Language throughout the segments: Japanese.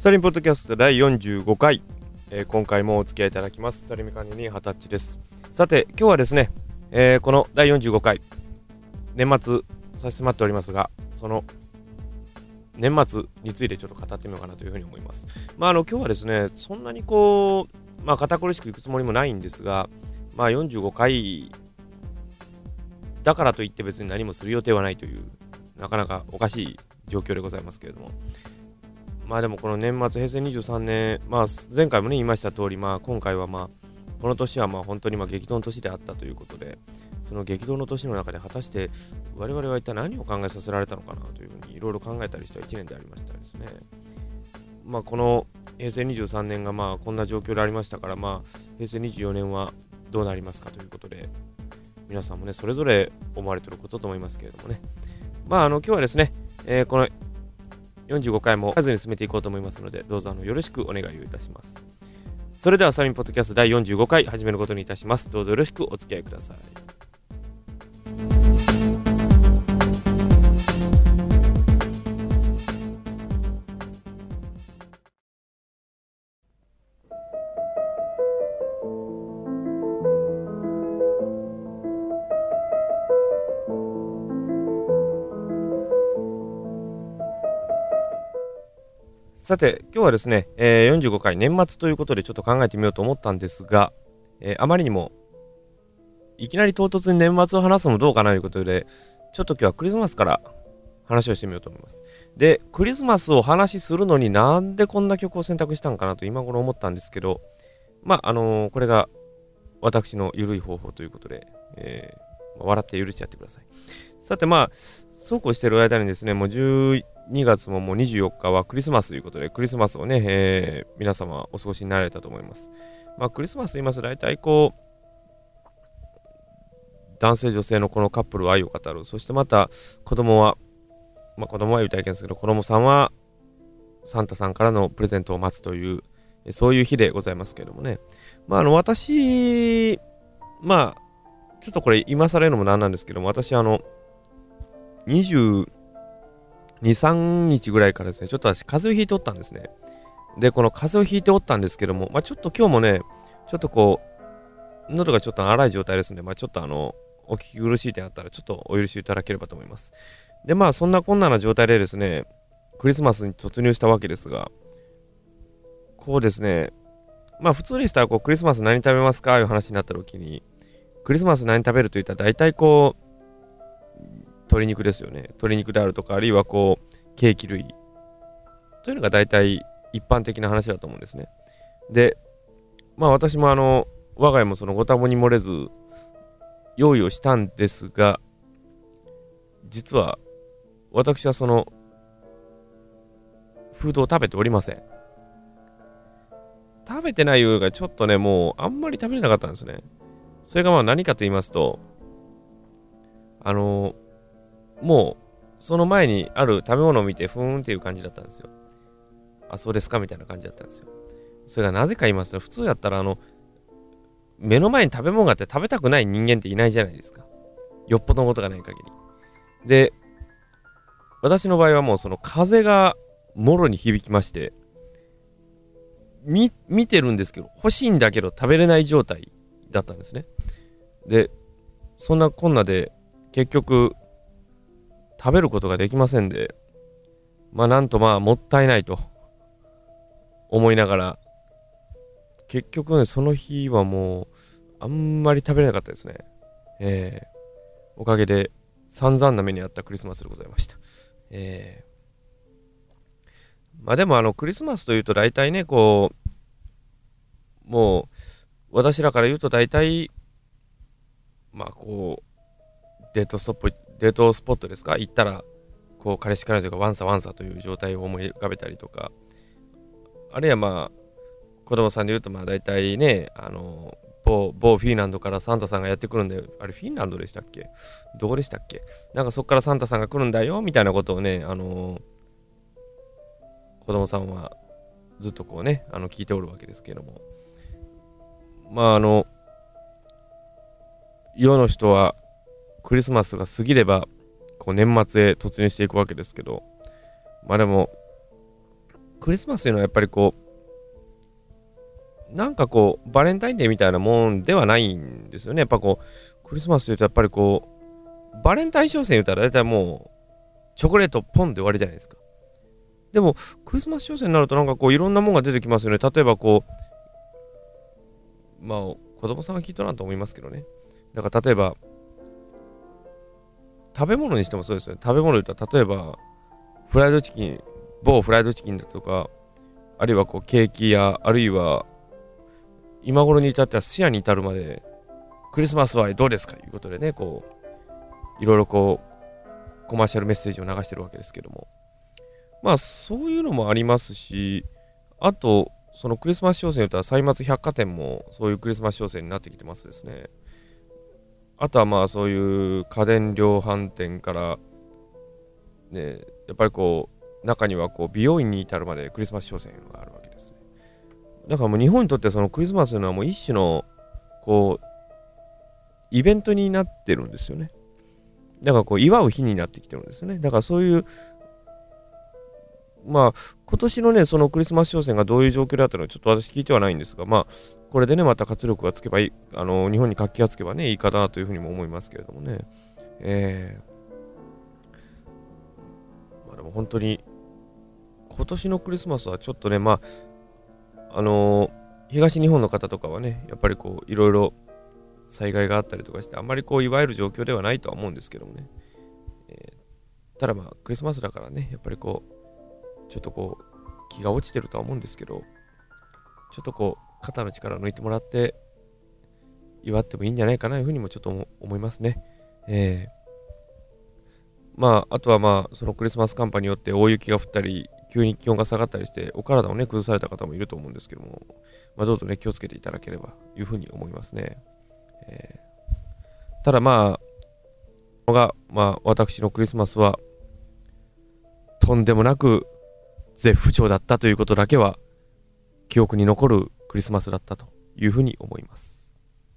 サリンポッドキャスト第45回、今回もお付き合いいただきますサリミカニにハタッチです。さて今日はですね、この第45回年末差し迫っておりますが、その年末についてちょっと語ってみようかなというふうに思います。今日はですね、そんなに堅苦しくいくつもりもないんですが、45回だからといって別に何もする予定はないという、なかなかおかしい状況でございますけれども、でもこの年末平成23年、前回もね言いました通り、今回はこの年は本当に激動の年であったということで、その激動の年の中で果たして我々は一体何を考えさせられたのかなというふうにいろいろ考えたりした1年でありましたですね。この平成23年がこんな状況でありましたから、平成24年はどうなりますかということで、皆さんもねそれぞれ思われていることと思いますけれどもね、今日はですね、この45回も数に進めていこうと思いますので、どうぞよろしくお願いをいたします。それではサリンポッドキャスト第45回始めることにいたします。どうぞよろしくお付き合いください。さて今日はですね、45回年末ということでちょっと考えてみようと思ったんですが、あまりにもいきなり唐突に年末を話すのもどうかなということで、ちょっと今日はクリスマスから話をしてみようと思います。で、クリスマスを話しするのになんでこんな曲を選択したのかなと今頃思ったんですけど、これが私のゆるい方法ということで、笑って許しちゃってください。さてそうこうしている間にですね、もう12月ももう24日はクリスマスということで、クリスマスをね、皆様お過ごしになられたと思います。クリスマスと言いますと大体男性女性のこのカップルは愛を語る、そしてまた子供は言う体験ですけど、子供さんはサンタさんからのプレゼントを待つという、そういう日でございますけれどもね。私ちょっとこれ今更言うのもなんなんですけども、私22、3日ぐらいからですね、ちょっと私風邪をひいておったんですね。で、この風邪をひいておったんですけども、ちょっと今日もね、ちょっと喉がちょっと荒い状態ですので、ちょっとお聞き苦しい点あったらちょっとお許しいただければと思います。で、そんなこんなな状態でですね、クリスマスに突入したわけですが、こうですね、普通にしたらクリスマス何食べますかいう話になった時に、クリスマス何食べるといったら大体鶏肉ですよね。鶏肉であるとか、あるいはケーキ類というのが大体一般的な話だと思うんですね。で、私も我が家もそのご多忙に漏れず用意をしたんですが、実は私はそのフードを食べておりません。食べてないようがちょっとね、もうあんまり食べれなかったんですね。それが何かと言いますと、もうその前にある食べ物を見てふーんっていう感じだったんですよ。あ、そうですかみたいな感じだったんですよ。それがなぜか言いますと、普通やったら目の前に食べ物があって食べたくない人間っていないじゃないですか。よっぽどのことがない限り。で、私の場合はもうその風がもろに響きまして、見てるんですけど、欲しいんだけど食べれない状態だったんですね。で、そんなこんなで結局食べることができませんで、なんともったいないと思いながら、結局ね、その日はもうあんまり食べれなかったですね。おかげで散々な目にあったクリスマスでございました。でもクリスマスというと大体ね、もう私らから言うと大体デートスポットですか、行ったら彼氏彼女がワンサワンサという状態を思い浮かべたりとか、あるいは子供さんで言うと大体ね、某フィンランドからサンタさんがやってくるんで、あれフィンランドでしたっけ、どこでしたっけ、なんかそこからサンタさんが来るんだよみたいなことをね、子供さんはずっと聞いておるわけですけれども、世の人はクリスマスが過ぎれば年末へ突入していくわけですけど、でもクリスマスというのはやっぱりこうなんかこうバレンタインデーみたいなもんではないんですよね。やっぱこうクリスマスというとやっぱりこうバレンタイン商戦言ったら大体もうチョコレートポンで終わりじゃないですか。でもクリスマス商戦になるとなんかこういろんなもんが出てきますよね。例えばこうまあ子供さんはきっとなんと思いますけどね。だから例えば食べ物にしてもそうですよね。食べ物で言ったら例えばフライドチキン、某フライドチキンだとか、あるいはこうケーキや、あるいは今頃に至っては寿司屋に至るまでクリスマスはどうですかということでね、こういろいろこうコマーシャルメッセージを流してるわけですけども、まあそういうのもありますし、あとそのクリスマス商戦を言ったら歳末百貨店もそういうクリスマス商戦になってきてますですね。あとはまあそういう家電量販店からね、やっぱりこう中にはこう美容院に至るまでクリスマス商戦があるわけです。だからもう日本にとってそのクリスマスというのはもう一種のこうイベントになってるんですよね。だからこう祝う日になってきてるんですよね。だからそういうまあ今年のねそのクリスマス商戦がどういう状況だったのかちょっと私聞いてはないんですが、まあこれでねまた活力がつけばいい、日本に活気がつけばねいいかなというふうにも思いますけれどもね。まあでも本当に今年のクリスマスはちょっとねまあ東日本の方とかはねやっぱりこういろいろ災害があったりとかしてあんまりこう祝える状況ではないとは思うんですけどもね、ただまあクリスマスだからねやっぱりこうちょっとこう気が落ちてるとは思うんですけど、ちょっとこう肩の力を抜いてもらって祝ってもいいんじゃないかなというふうにもちょっと思いますね。まああとはまあそのクリスマス寒波によって大雪が降ったり急に気温が下がったりしてお体をね崩された方もいると思うんですけども、まあ、どうぞね気をつけていただければというふうに思いますね。ただまあ私のクリスマスはとんでもなく絶不調だったということだけは記憶に残るクリスマスだったというふうに思います。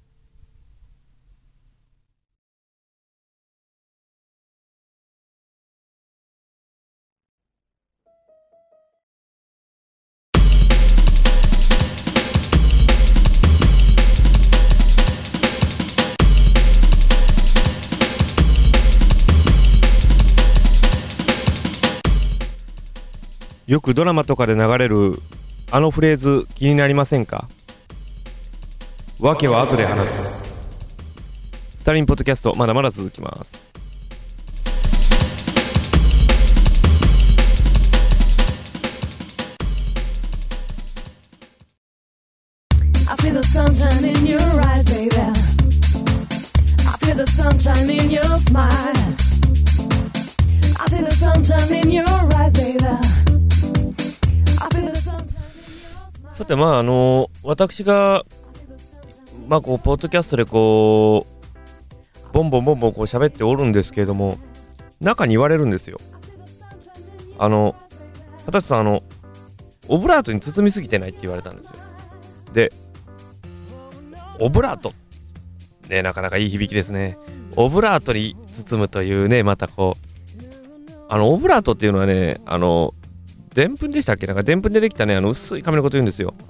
よくドラマとかで流れるあのフレーズ気になりませんか？わけは後で話す。スタリンポッドキャストまだまだ続きます。I feel the sunshine in your eyes, baby. I feel the sunshine in your smile. I feel the sunshine in your eyes, baby. I feel the sunshine in your smile. さてまあ私がまあこうポッドキャストでこうボンボンこう喋っておるんですけれども、中に言われるんですよ。二十さんオブラートに包みすぎてないって言われたんですよ。でオブラートね、なかなかいい響きですね。オブラートに包むというね、またこうオブラートっていうのはね、でんぷんでしたっけ、なんかでんぷんでできたね薄い紙のこと言うんですよ。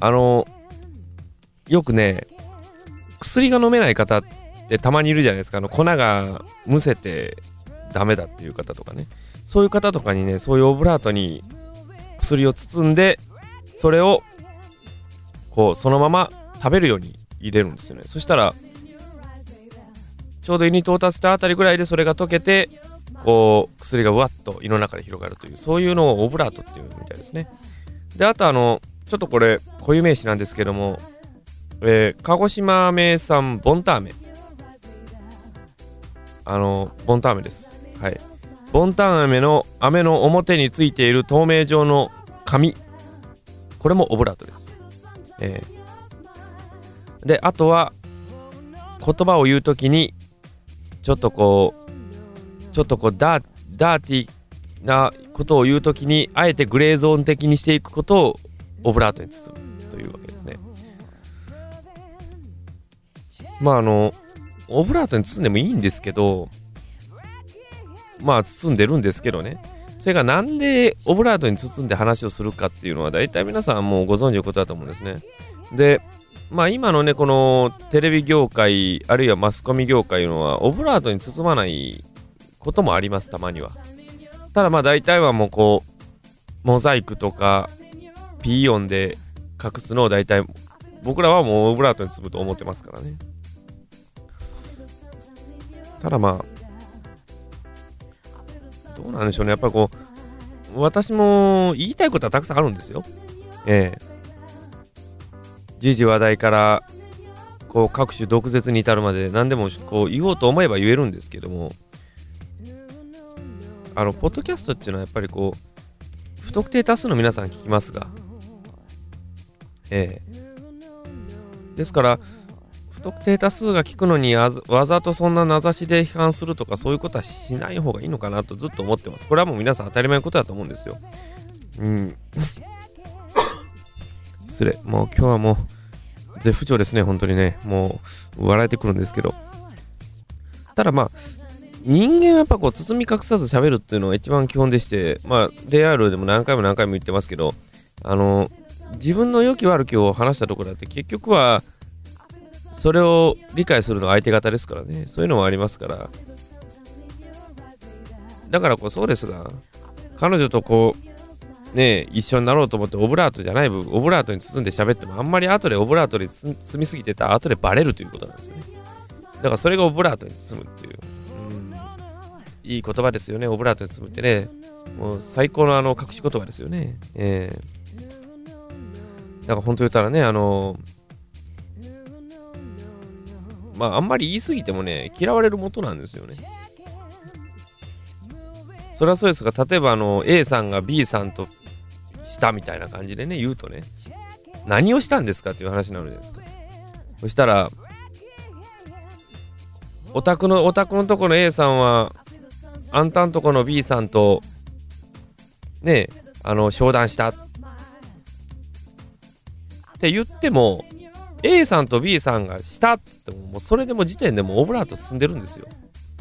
よくね薬が飲めない方ってたまにいるじゃないですか。粉がむせてダメだっていう方とかね、そういう方とかにね、そういうオブラートに薬を包んでそれをこうそのまま食べるように入れるんですよね。そしたらちょうど胃に到達したあたりぐらいでそれが溶けてこう薬がわっと胃の中で広がるという、そういうのをオブラートっていうみたいですね。であとちょっとこれ固有名詞なんですけども、鹿児島名産ボンターメ、ボンターメです。はい、ボンターメの飴の表についている透明状の紙、これもオブラートです。であとは言葉を言うときにちょっとこうダーティーなことを言うときにあえてグレーゾーン的にしていくことをオブラートに包むというわけですね。まあオブラートに包んでもいいんですけど、まあ包んでるんですけどね、 それがなんでオブラートに包んで話をするかっていうのは大体皆さんもうご存知のことだと思うんですね。で、まあ今のねこのテレビ業界あるいはマスコミ業界のはオブラートに包まないこともあります、たまには。ただまあ大体はもうこうモザイクとかピー音で隠すのを大体僕らはもうオブラートに包むと思ってますからね。ただまあどうなんでしょうね。やっぱりこう私も言いたいことはたくさんあるんですよ。時事話題からこう各種毒舌に至るまで何でもこう言おうと思えば言えるんですけども、ポッドキャストっていうのはやっぱりこう不特定多数の皆さん聞きますが、ですから不特定多数が聞くのにわざとそんな名指しで批判するとかそういうことはしない方がいいのかなとずっと思ってます。これはもう皆さん当たり前のことだと思うんですよ。失礼。もう今日はもう絶不調ですね。本当にね、もう笑えてくるんですけど、ただまあ人間はやっぱこう包み隠さず喋るっていうのが一番基本でして、まあレアルでも何回も言ってますけど、自分の良き悪きを話したところだって結局はそれを理解するのが相手方ですからね。そういうのもありますから、だからこうそうですが、彼女とこうね一緒になろうと思ってオブラートじゃない部分、オブラートに包んで喋ってもあんまり後でオブラートに包みすぎてたら後でバレるということなんですよね。だからそれがオブラートに包むっていう、いい言葉ですよね。オブラートに包むってね、もう最高の隠し言葉ですよね。だから本当言ったらね、まああんまり言い過ぎてもね嫌われる元なんですよね。それはそうですが、例えばA さんが B さんとしたみたいな感じでね言うとね、何をしたんですかっていう話になるじゃないですか。そしたらお宅のとこの A さんはあんたんとこの B さんとね商談したって言っても A さんと B さんがしたって言っても、もうそれでも時点でもうオブラート包んでるんですよ。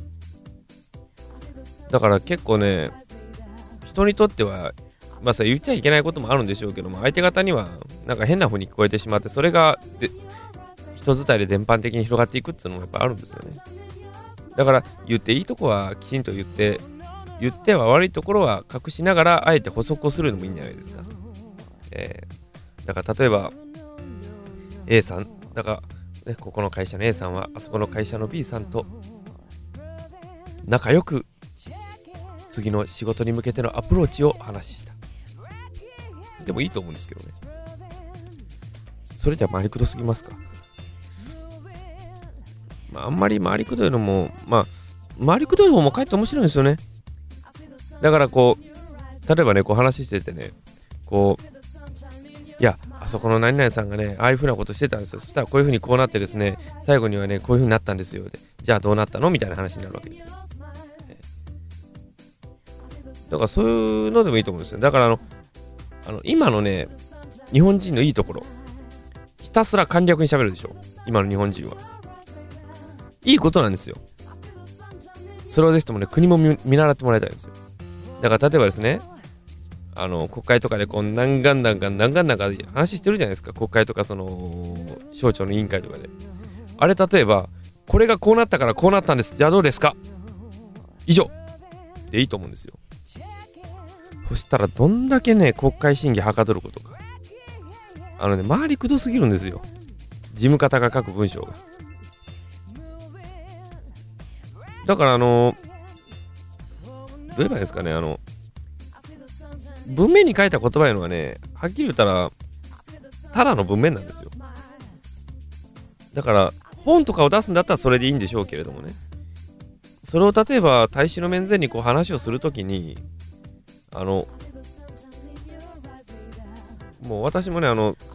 だから結構ね、人にとってはまあさ言っちゃいけないこともあるんでしょうけども、相手方にはなんか変な風に聞こえてしまって、それが人伝いで全般的に広がっていくっていうのもやっぱあるんですよね。だから言っていいとこはきちんと言っては悪いところは隠しながらあえて補足をするのもいいんじゃないですか。だから例えば A さんだから、ね、ここの会社の A さんはあそこの会社の B さんと仲良く次の仕事に向けてのアプローチを話したでもいいと思うんですけどね。それじゃ回りくどすぎますか。まあ、あんまり回りくどいのも回りくどい方もかえって面白いんですよね。だからこう例えばねこう話しててね、こういやあそこの何々さんがねああいう風なことしてたんですよ。そしたらこういう風にこうなってですね、最後にはねこういう風になったんですよ。でじゃあどうなったのみたいな話になるわけですよ。だからそういうのでもいいと思うんですよ。だから今のね日本人のいいところ、ひたすら簡略に喋るでしょ。今の日本人はいいことなんですよ。それをぜひともね国も見習ってもらいたいんですよ。だから例えばですね、国会とかでこう何がんだか話してるじゃないですか。国会とかその省庁の委員会とかで、あれ例えばこれがこうなったからこうなったんです、じゃあどうですか以上でいいと思うんですよ。そしたらどんだけね国会審議はかどることか。回りくどすぎるんですよ、事務方が書く文章が。だからどう言えばいいですかね、文面に書いた言葉いうのはね、はっきり言ったらただの文面なんですよ。だから本とかを出すんだったらそれでいいんでしょうけれどもね、それを例えば大使の面前にこう話をするときにもう私もね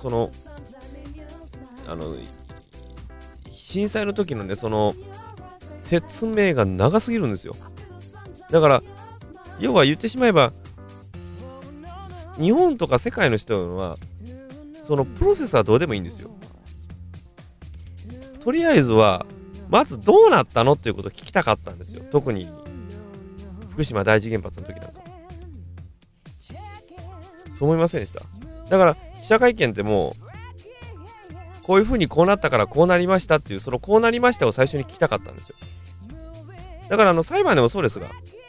震災の時のねその説明が長すぎるんですよ。だから要は言ってしまえば日本とか世界の人はそのプロセスはどうでもいいんですよ。とりあえずはまずどうなったのっていうことを聞きたかったんですよ。特に福島第一原発の時なんかそう思いませんでした？だから記者会見ってもうこういう風にこうなったからこうなりましたっていう、そのこうなりましたを最初に聞きたかったんですよ。だから裁判でもそうですが、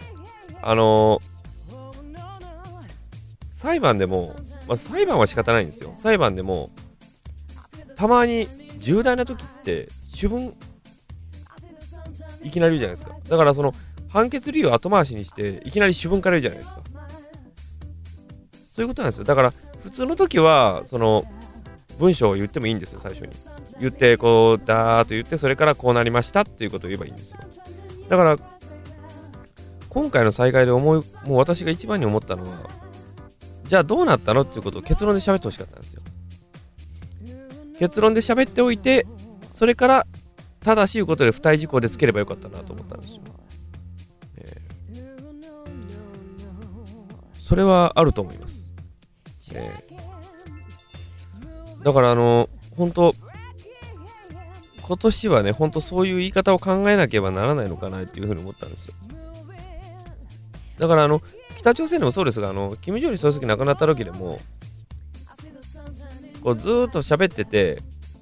裁判でも、裁判は仕方ないんですよ。裁判でもたまに重大な時って主文いきなり言うじゃないですか。だからその判決理由を後回しにしていきなり主文から言うじゃないですか。そういうことなんですよ。だから普通の時はその文章を言ってもいいんですよ。最初に言ってこうダーッと言って、それからこうなりましたっていうことを言えばいいんですよ。だから今回の災害でもう私が一番に思ったのは、じゃあどうなったのっていうことを結論で喋ってほしかったんですよ。結論で喋っておいて、それから正しいことで付帯事項でつければよかったなと思ったんですよ。それはあると思います。だから本当今年はね、本当そういう言い方を考えなければならないのかなっていうふうに思ったんですよ。だから北朝鮮でもそうですが、金正日総書記亡くなった時でもこうずーっと喋ってて、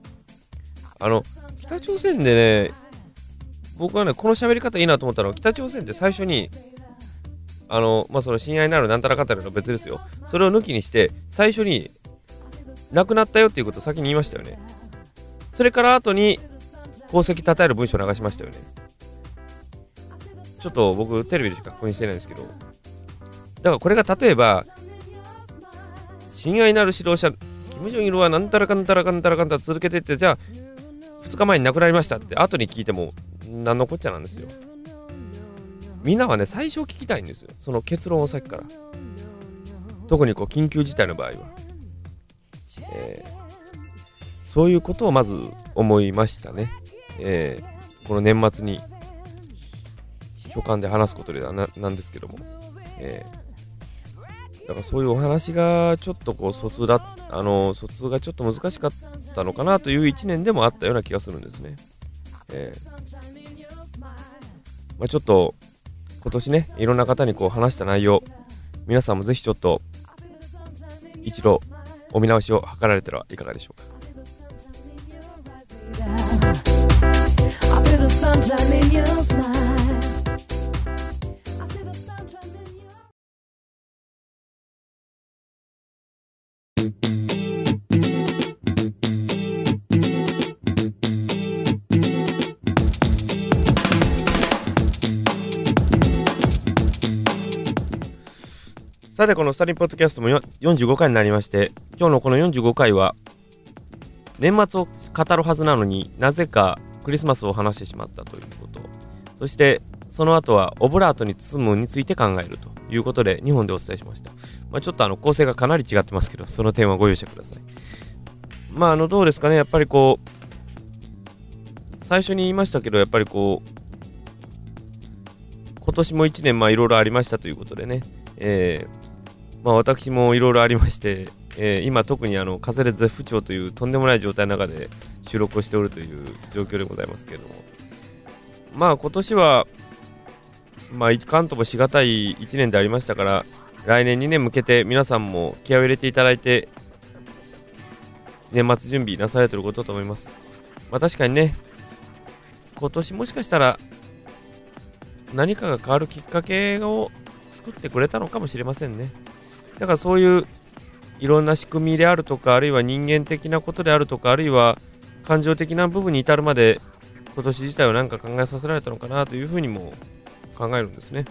北朝鮮でね、僕はねこの喋り方いいなと思ったのは、北朝鮮って最初にその親愛なるなんたらかんたらの別ですよ。それを抜きにして最初に亡くなったよっていうことを先に言いましたよね。それから後に功績称える文章を流しましたよね。ちょっと僕テレビでしか確認してないんですけど、だからこれが例えば親愛なる指導者金正日はなんたらかんたらかんたらかんたら続けてって、じゃあ2日前に亡くなりましたって後に聞いても何のこっちゃなんですよ。みんなはね最初聞きたいんですよ、その結論を先から。特にこう緊急事態の場合は、そういうことをまず思いましたね。この年末に書簡で話すことでなんですけども、だからそういうお話がちょっとこう疎通がちょっと難しかったのかなという1年でもあったような気がするんですね。ちょっと今年ねいろんな方にこう話した内容、皆さんもぜひちょっと一度お見直しを図られてはいかがでしょうか。さてこのスタリンポッドキャストも45回になりまして、今日のこの45回は年末を語るはずなのになぜかクリスマスを話してしまったということ、そしてその後はオブラートに包むについて考えるということで2本でお伝えしました。ちょっと構成がかなり違ってますけど、その点はご容赦ください。どうですかね、やっぱりこう最初に言いましたけど、やっぱりこう今年も1年いろいろありましたということでね、私もいろいろありまして、今特に風邪で絶不調というとんでもない状態の中で収録をしておるという状況でございますけれども、今年はいかんともしがたい1年でありましたから、来年にね向けて皆さんも気合を入れていただいて年末準備なされていることと思います。確かにね、今年もしかしたら何かが変わるきっかけを作ってくれたのかもしれませんね。だからそういういろんな仕組みであるとか、あるいは人間的なことであるとか、あるいは感情的な部分に至るまで今年自体を何か考えさせられたのかなというふうにも考えるんですね。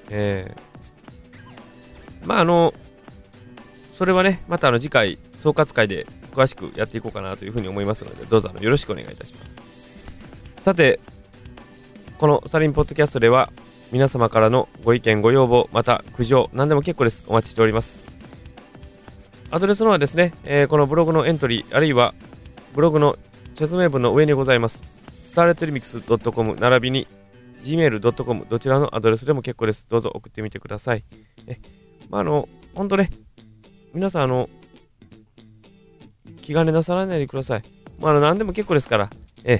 それはねまた次回総括会で詳しくやっていこうかなというふうに思いますので、どうぞよろしくお願いいたします。さてこのスタリンポッドキャストでは皆様からのご意見ご要望、また苦情何でも結構です。お待ちしております。アドレスの方はですね、このブログのエントリーあるいはブログの説明文の上にございますスターレットリミックス .com 並びに gmail.com どちらのアドレスでも結構です。どうぞ送ってみてください。本当ね皆さん気兼ねなさらないでください。何でも結構ですから、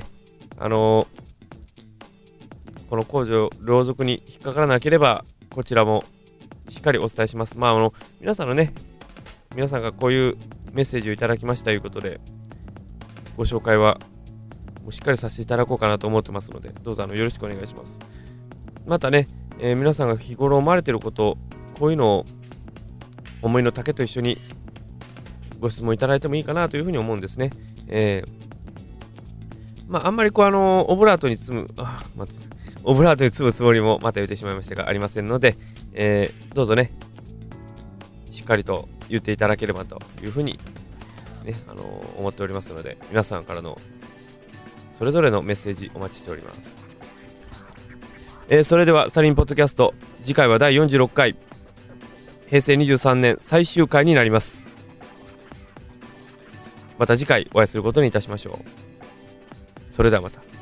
この控除両属に引っかからなければこちらもしっかりお伝えします。皆さんのね皆さんがこういうメッセージをいただきましたということで、ご紹介はもうしっかりさせていただこうかなと思ってますので、どうぞよろしくお願いします。またね、皆さんが日頃思われていること、こういうのを思いの丈と一緒にご質問いただいてもいいかなというふうに思うんですね。あんまりオブラートに包む、オブラートに包むつもりもまた言ってしまいましたがありませんので、どうぞね、しっかりと言っていただければというふうに、ね、思っておりますので、皆さんからのそれぞれのメッセージお待ちしております。それではサリンポッドキャスト、次回は第46回平成23年最終回になります。また次回お会いすることにいたしましょう。それではまた。